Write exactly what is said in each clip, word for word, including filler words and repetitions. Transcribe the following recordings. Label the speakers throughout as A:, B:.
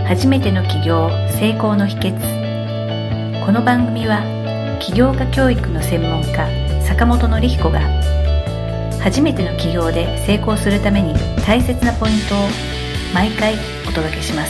A: 初めての起業成功の秘訣。この番組は起業家教育の専門家坂本典彦が初めての起業で成功するために大切なポイントを毎回お届けします。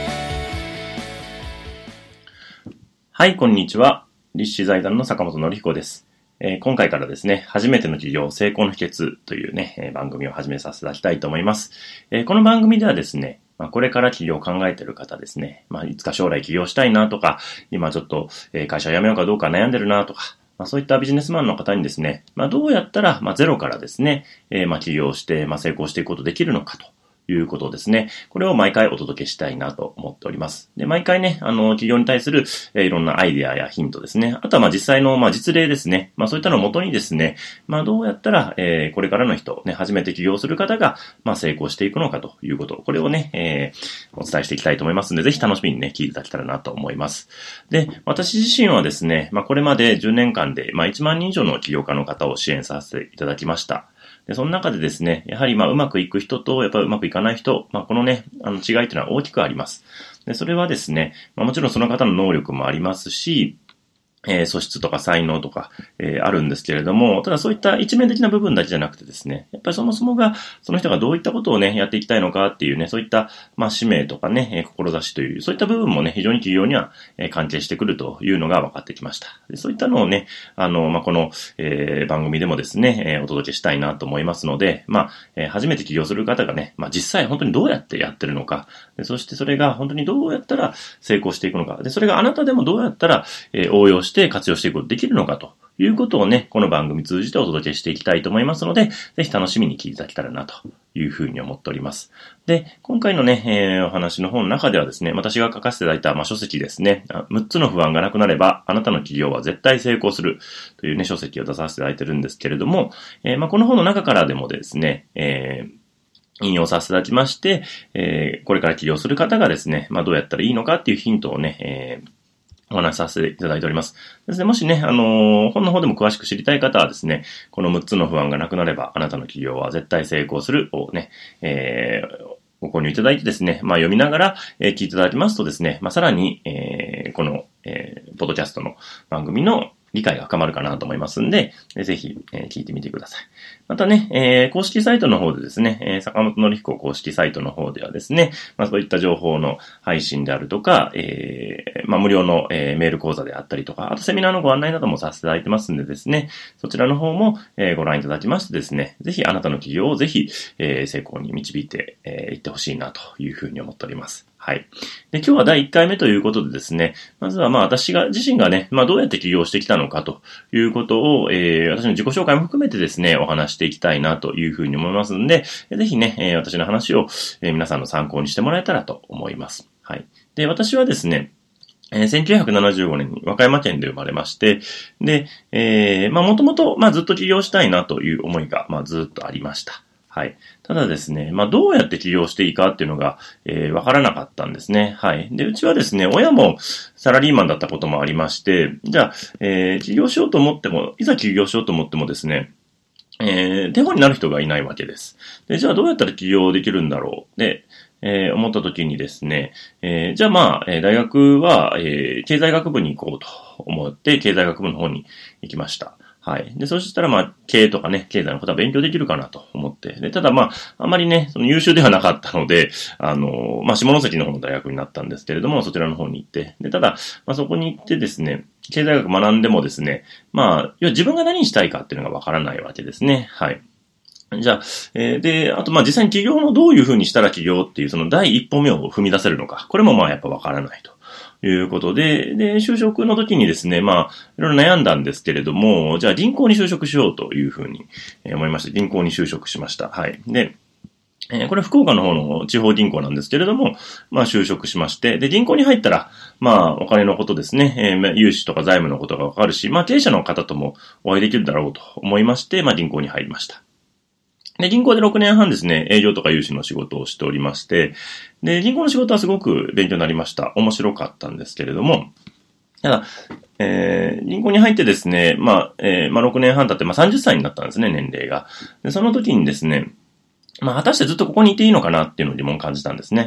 B: はい、こんにちは。立志財団の坂本典彦です。えー、今回からですね、初めての起業成功の秘訣というね、えー、番組を始めさせていただきたいと思います。えー、この番組ではですね、まあ、これから起業を考えている方ですね、まあ、いつか将来起業したいなとか、今ちょっと、えー、会社を辞めようかどうか悩んでるなとか、まあ、そういったビジネスマンの方にですね、まあ、どうやったら、まあ、ゼロからですね、えー、まあ、起業して、まあ、成功していくことできるのかということですね。これを毎回お届けしたいなと思っております。で、毎回ね、あの、企業に対する、えー、いろんなアイデアやヒントですね。あとは、ま、実際の、ま、実例ですね。まあ、そういったのをもとにですね、まあ、どうやったら、えー、これからの人、ね、初めて起業する方が、まあ、成功していくのかということ。これをね、えー、お伝えしていきたいと思いますので、ぜひ楽しみにね、聞いていただけたらなと思います。で、私自身はですね、まあ、これまでじゅうねんかんで、まあ、いちまんにん以上の起業家の方を支援させていただきました。で、その中でですね、やはりまあうまくいく人とやっぱりうまくいかない人、まあこのね、あの違いというのは大きくあります。で、それはですね、まあもちろんその方の能力もありますし、えー、素質とか才能とか、えー、あるんですけれども、ただそういった一面的な部分だけじゃなくてですね、やっぱりそもそもが、その人がどういったことをね、やっていきたいのかっていうね、そういった、まあ、使命とかね、えー、志という、そういった部分もね、非常に企業には、えー、関係してくるというのが分かってきました。でそういったのをね、あの、まあ、この、えー、番組でもですね、えー、お届けしたいなと思いますので、まあ、えー、初めて起業する方がね、まあ、実際本当にどうやってやってるのか、でそしてそれが本当にどうやったら成功していくのか、で、それがあなたでもどうやったら、えー、応用して活用していくことできるのかということをね、この番組通じてお届けしていきたいと思いますので、ぜひ楽しみに聞いていただけたらなというふうに思っております。で、今回のね、えー、お話の本の中ではですね、私が書かせていただいた、まあ、書籍ですね、むっつの不安がなくなれば、あなたの起業は絶対成功するというね、書籍を出させていただいてるんですけれども、えー、まあ、この本の中からでもですね、えー引用させていただきまして、えー、これから起業する方がですね、まあ、どうやったらいいのかっていうヒントをね、えーお話しさせていただいております。ですね、もしね、あのー、本の方でも詳しく知りたい方はですね、このむっつの不安がなくなれば、あなたの起業は絶対成功するをね、えー、ご購入いただいてですね、まあ読みながら、えー、聞いていただきますとですね、まあさらに、えー、この、えー、ポッドキャストの番組の理解が深まるかなと思いますんで、ぜひ、えー、聞いてみてください。またね、えー、公式サイトの方でですね、えー、坂本典彦公式サイトの方ではですね、まあそういった情報の配信であるとか、えー、まあ無料の、えー、メール講座であったりとか、あとセミナーのご案内などもさせていただいてますんでですね、そちらの方も、えー、ご覧いただきましてですね、ぜひあなたの企業をぜひ、えー、成功に導いてい、えー、ってほしいなというふうに思っております。はい。で、今日はだいいっかいめということでですね、まずはまあ私が、自身がね、まあどうやって起業してきたのかということを、えー、私の自己紹介も含めてですね、お話していきたいなというふうに思いますんで、ぜひね、えー、私の話を、えー、皆さんの参考にしてもらえたらと思います。はい。で、私はですね、えー、せんきゅうひゃくななじゅうごねんに和歌山県で生まれまして、で、えー、まあもともと、まあずっと起業したいなという思いが、まあずっとありました。はい。ただですね、まあ、どうやって起業していいかっていうのが、えー、わからなかったんですね。はい。で、うちはですね、親もサラリーマンだったこともありまして、じゃあ、えー、起業しようと思っても、いざ起業しようと思ってもですね、えー、手本になる人がいないわけです。で、じゃあどうやったら起業できるんだろう。で、えー、思った時にですね、えー、じゃあまあ、えー、大学は、えー、経済学部に行こうと思って、経済学部の方に行きました。はい。で、そしたらまあ、経営とかね、経済のことは勉強できるかなと思って。で、ただまあ、あんまりね、その優秀ではなかったので、あの、まあ、下関の方の大学になったんですけれども、そちらの方に行って。で、ただ、まあ、そこに行ってですね、経済学学んでもですね、まあ、要は自分が何したいかっていうのがわからないわけですね。はい。じゃあ、えー、で、あとまあ実際に起業のどういうふうにしたら起業っていうその第一歩目を踏み出せるのか。これもまあやっぱわからないと。いうことで、で、就職の時にですね、まあ、いろいろ悩んだんですけれども、じゃあ銀行に就職しようというふうに思いまして、銀行に就職しました。はい。で、えー、これ福岡の方の地方銀行なんですけれども、まあ就職しまして、で、銀行に入ったら、まあお金のことですね、えー、融資とか財務のことがわかるし、まあ経営者の方ともお会いできるだろうと思いまして、まあ銀行に入りました。で、銀行でろくねんはんですね、営業とか融資の仕事をしておりまして、で、銀行の仕事はすごく勉強になりました。面白かったんですけれども、ただ、えー、銀行に入ってですね、まあ、えー、まあろくねんはん経って、まあさんじゅっさいになったんですね、年齢が。で、その時にですね、まあ果たしてずっとここにいていいのかなっていうのを疑問を感じたんですね。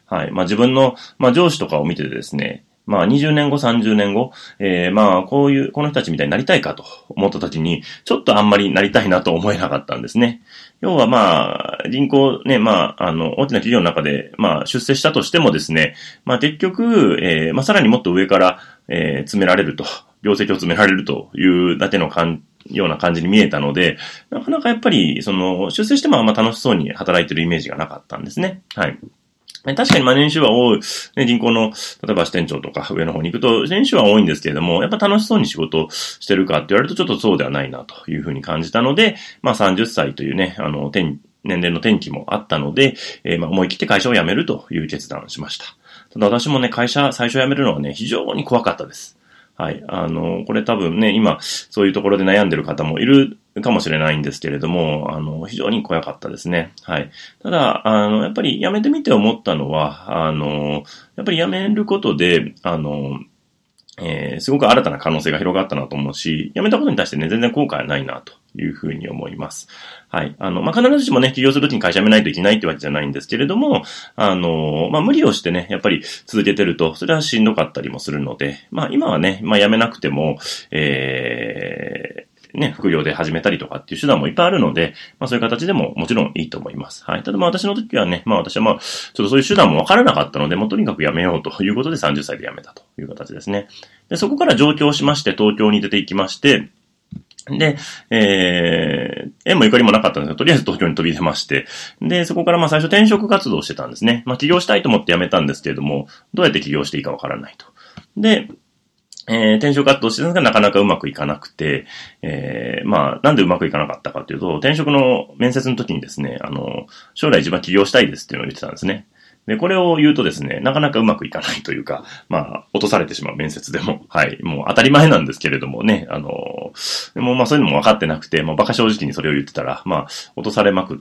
B: はい。まあ自分の、まあ上司とかを見ててですね、まあにじゅうねんご、さんじゅうねんご、えー、まあこういう、この人たちみたいになりたいかと思った時に、ちょっとあんまりなりたいなと思えなかったんですね。要はまあ、人口ね、まあ、あの、大きな企業の中で、まあ出世したとしてもですね、まあ結局、えー、まあさらにもっと上から、えー、詰められると、業績を詰められるというだけの感ような感じに見えたので、なかなかやっぱり、その、出世してもあんま楽しそうに働いてるイメージがなかったんですね。はい。確かにまあ年収は多い、ね、銀行の、例えば支店長とか上の方に行くと、年収は多いんですけれども、やっぱ楽しそうに仕事してるかって言われるとちょっとそうではないなというふうに感じたので、まあさんじゅっさいというね、あの、年齢の転機もあったので、えー、まあ思い切って会社を辞めるという決断をしました。ただ私もね、会社最初辞めるのはね、非常に怖かったです。はい。あの、これ多分ね、今、そういうところで悩んでる方もいるかもしれないんですけれども、あの、非常に怖かったですね。はい。ただ、あの、やっぱり辞めてみて思ったのは、あの、やっぱり辞めることで、あの、えー、すごく新たな可能性が広がったなと思うし、辞めたことに対してね、全然後悔はないなというふうに思います。はい。あの、まあ、必ずしもね、起業するときに会社辞めないといけないってわけじゃないんですけれども、あの、まあ、無理をしてね、やっぱり続けてると、それはしんどかったりもするので、まあ、今はね、まあ、辞めなくても、えー、ね、副業で始めたりとかっていう手段もいっぱいあるので、まあそういう形でももちろんいいと思います。はい。ただまあ私の時はね、まあ私はまあ、ちょっとそういう手段もわからなかったので、もうとにかくやめようということでさんじゅっさいで辞めたという形ですね。で、そこから上京しまして、東京に出て行きまして、で、えー、縁もゆかりもなかったんですが、とりあえず東京に飛び出まして、で、そこからまあ最初転職活動をしてたんですね。まあ起業したいと思って辞めたんですけれども、どうやって起業していいかわからないと。で、えー、転職活動してたんですが、なかなかうまくいかなくて、えー、まあ、なんでうまくいかなかったかというと、転職の面接の時にですね、あの、将来自分は起業したいですっていうのを言ってたんですね。で、これを言うとですね、なかなかうまくいかないというか、まあ、落とされてしまう面接でも、はい、もう当たり前なんですけれどもね、あの、でもまあそういうのも分かってなくて、まあ馬鹿正直にそれを言ってたら、まあ、落とされまくって、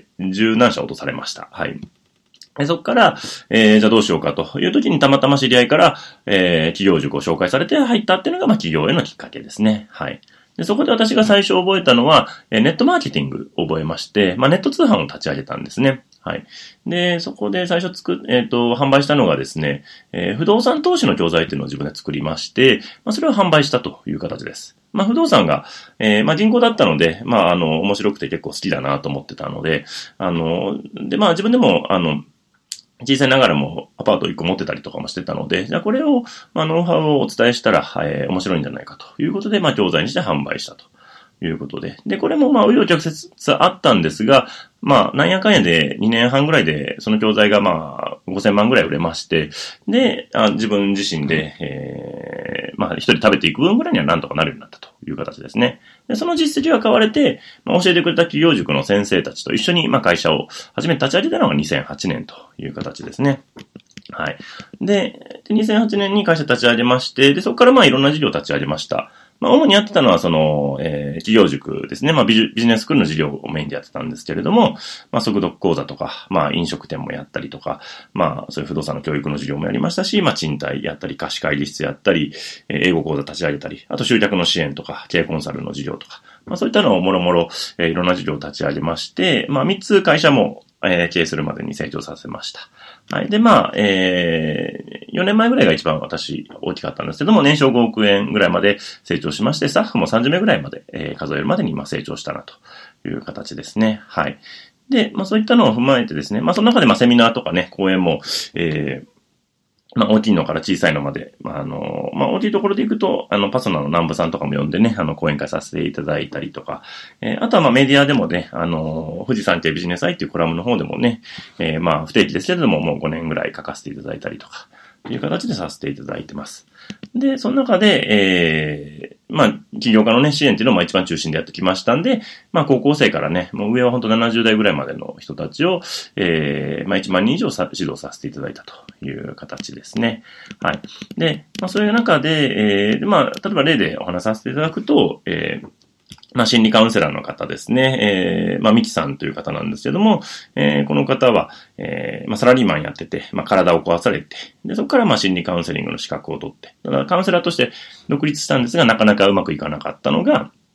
B: 十何社落とされました。はい。でそこから、えー、じゃあどうしようかという時にたまたま知り合いから、えー、企業塾を紹介されて入ったっていうのが、まあ、企業へのきっかけですね。はい。で、そこで私が最初覚えたのは、えー、ネットマーケティングを覚えまして、まあ、ネット通販を立ち上げたんですね。はい。で、そこで最初作っ、えっと、販売したのがですね、えー、不動産投資の教材っていうのを自分で作りまして、まあ、それを販売したという形です。まあ、不動産が、えー、まあ、人口だったので、まあ、あの、面白くて結構好きだなと思ってたので、あの、で、まあ、自分でも、あの、小さいながらもアパートいっこ持ってたりとかもしてたので、じゃあこれを、まあ、ノウハウをお伝えしたら、えー、面白いんじゃないかということで、まあ、教材にして販売したということで。で、これもまあ、紆余曲折あったんですが、まあ、なんやかんやでにねんはんぐらいで、その教材がまあ、ごせんまんぐらい売れまして、で、あ自分自身で、えー、まあ、一人食べていく分ぐらいにはなんとかなるようになったという形ですね。で、その実績が買われて、まあ、教えてくれた企業塾の先生たちと一緒に、まあ、会社を初めて立ち上げたのがにせんはちねんという形ですね。はい。で、にせんはちねんに会社立ち上げまして、で、そこからまあ、いろんな事業を立ち上げました。まあ、主にやってたのは、その、えー、企業塾ですね。まあビジ、ビジネススクールの事業をメインでやってたんですけれども、まあ、速読講座とか、まあ、飲食店もやったりとか、まあ、そういう不動産の教育の事業もやりましたし、まあ、賃貸やったり、貸し会議室やったり、えー、英語講座立ち上げたり、あと集客の支援とか、経営コンサルの事業とか、まあ、そういったのをもろもろ、えー、いろんな事業を立ち上げまして、まあ、みっつ会社も、えー、経営するまでに成長させました。はい。で、まあ、えー、よねんまえぐらいが一番私大きかったんですけども、年商ごおくえんぐらいまで成長しまして、スタッフもさんじゅうめいぐらいまで、えー、数えるまでに今成長したなという形ですね。はい。で、まあそういったのを踏まえてですね、まあその中でまあセミナーとかね、講演も、えー、まあ、大きいのから小さいのまで、まあ、あの、まあ、大きいところで行くと、あの、パソナの南部さんとかも呼んでね、あの、講演会させていただいたりとか、えー、あとはまあ、メディアでもね、あの、富士山系ビジネスアイっていうコラムの方でもね、えー、まあ、不定期ですけれども、もうごねんぐらい書かせていただいたりとか、という形でさせていただいてます。で、その中で、えー、まあ、起業家のね、支援っていうのも一番中心でやってきましたんで、まあ、高校生からね、もう上は本当ななじゅうだいぐらいまでの人たちを、えー、まあ、いちまんにん以上さ指導させていただいたという形ですね。はい。で、まあ、そういう中で、えー、まあ、例えば例でお話しさせていただくと、えー、まあ、心理カウンセラーの方ですね。えー、まあ、ミキさんという方なんですけども、えー、この方は、えー、まあ、サラリーマンやってて、まあ、体を壊されて、で、そこからまあ、心理カウンセリングの資格を取って、だからカウンセラーとして独立したんですが、なかなかうまくいかなかったのが、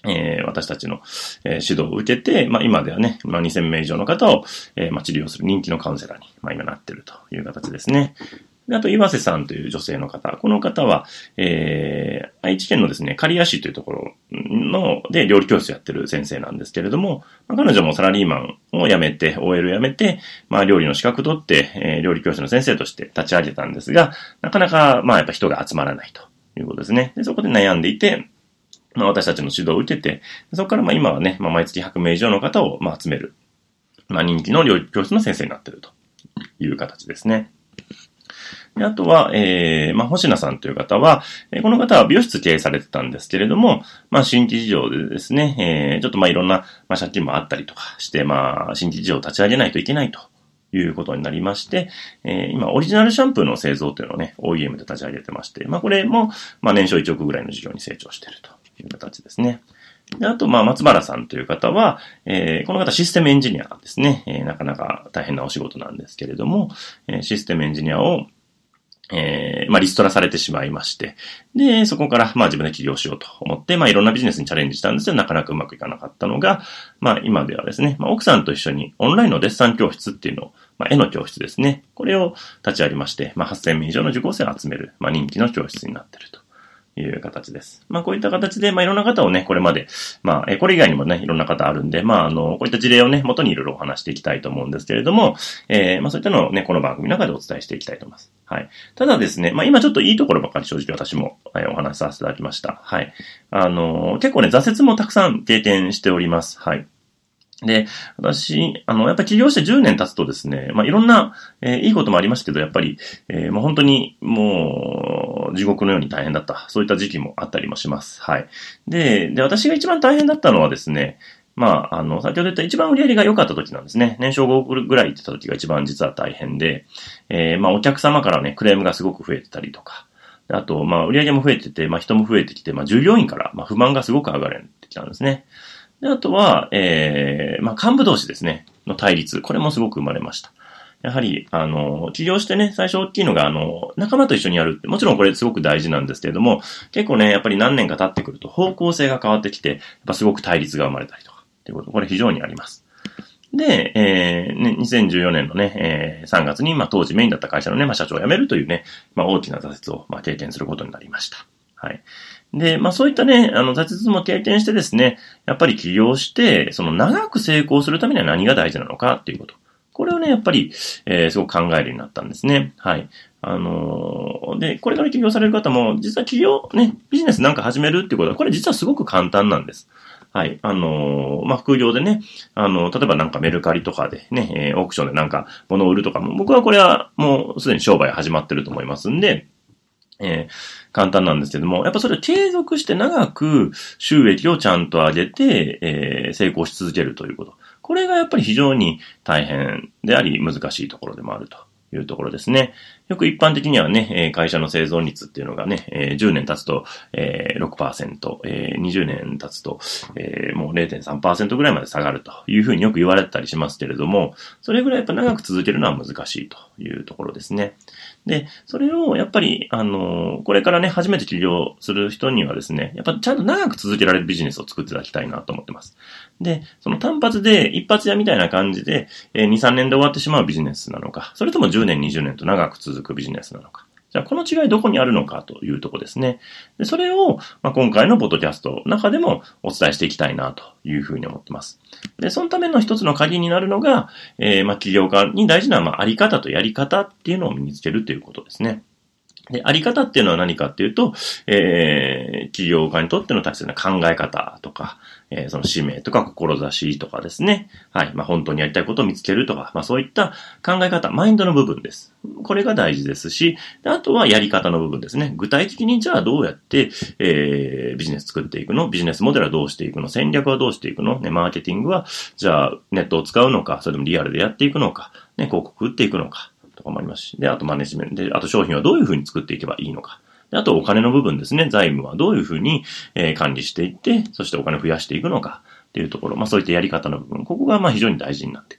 B: えー、私たちの、えー、指導を受けて、まあ今ではね、まあにせんめい以上の方を、えー、まあ治療する人気のカウンセラーに、まあ今なっているという形ですね。であと、岩瀬さんという女性の方。この方は、えー、愛知県のですね、刈谷市というところの、で、料理教室やってる先生なんですけれども、まあ、彼女もサラリーマンを辞めて、オーエル 辞めて、まあ、料理の資格取って、えー、料理教室の先生として立ち上げたんですが、なかなか、まあ、やっぱ人が集まらないということですね。で、そこで悩んでいて、まあ、私たちの指導を受けて、そこから、まあ、今はね、まあ、毎月ひゃくめい以上の方を、まあ、集める、まあ、人気の料理教室の先生になっているという形ですね。であとは、えー、まあ、星名さんという方は、えー、この方は美容室経営されてたんですけれども、まあ、新規事業でですね、えー、ちょっとまあ、いろんな、まあ、借金もあったりとかして、まあ、新規事業を立ち上げないといけないということになりまして、えー、今、オリジナルシャンプーの製造というのをね、オーイーエム で立ち上げてまして、まあ、これも、まあ、年商いちおくぐらいの事業に成長しているという形ですね。であと、まあ、松原さんという方は、えー、この方システムエンジニアですね、えー。なかなか大変なお仕事なんですけれども、えー、システムエンジニアをえー、まあ、リストラされてしまいまして、で、そこから、まあ、自分で起業しようと思って、まあ、いろんなビジネスにチャレンジしたんですけど、なかなかうまくいかなかったのが、まあ、今ではですね、まあ、奥さんと一緒にオンラインのデッサン教室っていうのを、まあ、絵の教室ですね。これを立ち上げまして、まあ、はっせんめい以上の受講生を集める、まあ、人気の教室になっているという形です。まあ、こういった形で、まあ、いろんな方をね、これまで、まあ、これ以外にもね、いろんな方あるんで、まあ、あの、こういった事例をね、元にいろいろお話していきたいと思うんですけれども、えー、まあ、そういったのをね、この番組の中でお伝えしていきたいと思います。はい。ただですね、まあ、今ちょっといいところばかり正直私も、はい、お話しさせていただきました。はい。あの、結構ね、挫折もたくさん経験しております。はい。で、私、あの、やっぱり起業してじゅうねん経つとですね、まあ、いろんな、えー、いいこともありますけど、やっぱり、えー、もう本当に、もう、地獄のように大変だった。そういった時期もあったりもします。はい。で、で、私が一番大変だったのはですね、まあ、あの、先ほど言った一番売り上げが良かった時なんですね。年商ごおくぐらい行ってた時が一番実は大変で、えー、まあ、お客様からね、クレームがすごく増えてたりとか、あと、まあ、売り上げも増えてて、まあ、人も増えてきて、まあ、従業員から、まあ、不満がすごく上がれてきたんですね。で、あとは、えー、まあ、幹部同士ですね、の対立。これもすごく生まれました。やはり、あの、起業してね、最初大きいのが、あの、仲間と一緒にやるって、もちろんこれすごく大事なんですけれども、結構ね、やっぱり何年か経ってくると方向性が変わってきて、やっぱすごく対立が生まれたりとか、っていうこと、これ非常にあります。で、えー、ね、にせんじゅうよねんのね、えー、さんがつに、まあ、当時メインだった会社のね、まあ、社長を辞めるというね、まあ、大きな挫折を、まあ、経験することになりました。はい。で、まあそういったね、あの、挫折も経験してですね、やっぱり起業して、その長く成功するためには何が大事なのかっていうこと。これをね、やっぱり、えー、すごく考えるようになったんですね。はい。あのー、で、これから起業される方も、実は起業、ね、ビジネスなんか始めるっていうことは、これ実はすごく簡単なんです。はい。あのー、まあ、副業でね、あの、例えばなんかメルカリとかでね、えー、オークションでなんか物を売るとかも、僕はこれはもうすでに商売始まってると思いますんで、えー、簡単なんですけども、やっぱそれを継続して長く収益をちゃんと上げて、えー、成功し続けるということ。これがやっぱり非常に大変であり難しいところでもあるというところですね。よく一般的にはね、会社の生存率っていうのがね、じゅうねん経つと ろくパーセント、にじゅうねん経つともう れいてんさんパーセント ぐらいまで下がるというふうによく言われたりしますけれども、それぐらいやっぱ長く続けるのは難しいというところですね。で、それをやっぱり、あの、これからね、初めて起業する人にはですね、やっぱちゃんと長く続けられるビジネスを作っていただきたいなと思ってます。で、その単発で一発屋みたいな感じで、に、さんねんで終わってしまうビジネスなのか、それともじゅうねん、にじゅうねんと長く続くビジネスなのか。じゃあ、この違いどこにあるのかというところですね。で、それを、まあ、今回のポッドキャストの中でもお伝えしていきたいなというふうに思ってます。で、そのための一つの鍵になるのが、えー、まあ、起業家に大事な、まあ、あり方とやり方っていうのを身につけるということですね。で、あり方っていうのは何かっていうと、えー、起業家にとっての大切な考え方とか、えー、その使命とか志とかですね。はい。まあ、本当にやりたいことを見つけるとか、まあ、そういった考え方、マインドの部分です。これが大事ですし、あとはやり方の部分ですね。具体的にじゃあどうやって、えー、ビジネス作っていくの？ビジネスモデルはどうしていくの？戦略はどうしていくの？ね、マーケティングは、じゃあネットを使うのか、それともリアルでやっていくのか、ね、広告打っていくのか。とかもありますし。で、あとマネジメントで、あと商品はどういうふうに作っていけばいいのか。で、あとお金の部分ですね。財務はどういうふうに、えー、管理していって、そしてお金を増やしていくのかっていうところ。まあそういったやり方の部分。ここがまあ非常に大事になってくると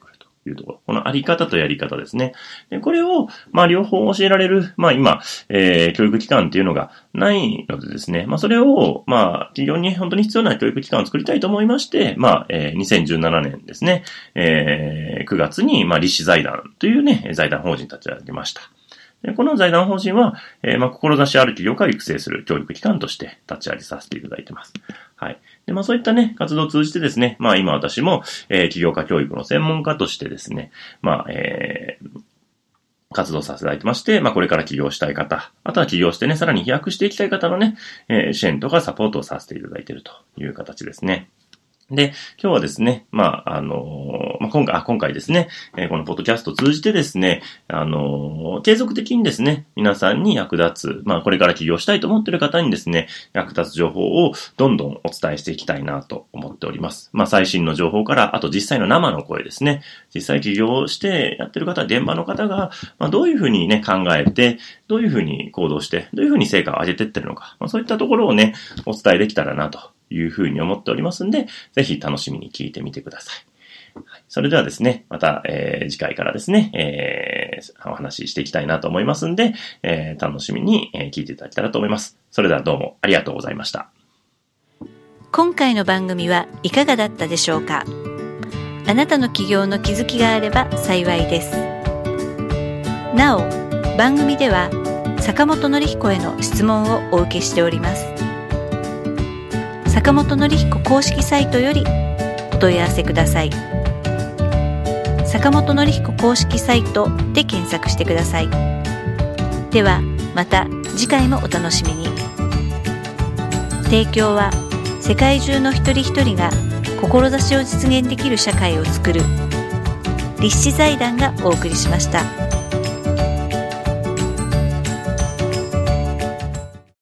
B: いうところ。このあり方とやり方ですね。で、これを、まあ、両方教えられる、まあ、今、えー、教育機関っていうのがないのでですね、まあ、それを、まあ、企業に本当に必要な教育機関を作りたいと思いまして、まあ、えー、にせんじゅうななねんですね、えー、くがつに、まあ、立志財団というね、財団法人立ち上げました。でこの財団法人は、えー、まあ、志ある起業家を育成する教育機関として立ち上げさせていただいています。はい。で、まあ、そういったね、活動を通じてですね、まあ、今私も、えー、起業家教育の専門家としてですね、まあ、えー、活動させていただいてまして、まあ、これから起業したい方、あとは起業してね、さらに飛躍していきたい方のね、えー、支援とかサポートをさせていただいているという形ですね。で、今日はですね、まあ、あのー、まあ、今回、あ、今回ですね、えー、このポッドキャストを通じてですね、あのー、継続的にですね、皆さんに役立つ、まあ、これから起業したいと思っている方にですね、役立つ情報をどんどんお伝えしていきたいなと思っております。まあ、最新の情報から、あと実際の生の声ですね、実際起業してやってる方、現場の方が、まあ、どういうふうにね、考えて、どういうふうに行動して、どういうふうに成果を上げていってるのか、まあ、そういったところをね、お伝えできたらなと。いうふうに思っておりますんで、ぜひ楽しみに聞いてみてください。はい、それではですね、また、えー、次回からですね、えー、お話ししていきたいなと思いますんで、えー、楽しみに聞いていただけたらと思います。それではどうもありがとうございました。
A: 今回の番組はいかがだったでしょうか。あなたの起業の気づきがあれば幸いです。なお、番組では坂本典彦への質問をお受けしております。坂本典彦公式サイトよりお問い合わせください。坂本典彦公式サイトで検索してください。ではまた次回もお楽しみに。提供は世界中の一人一人が志を実現できる社会を作る立志財団がお送りしました。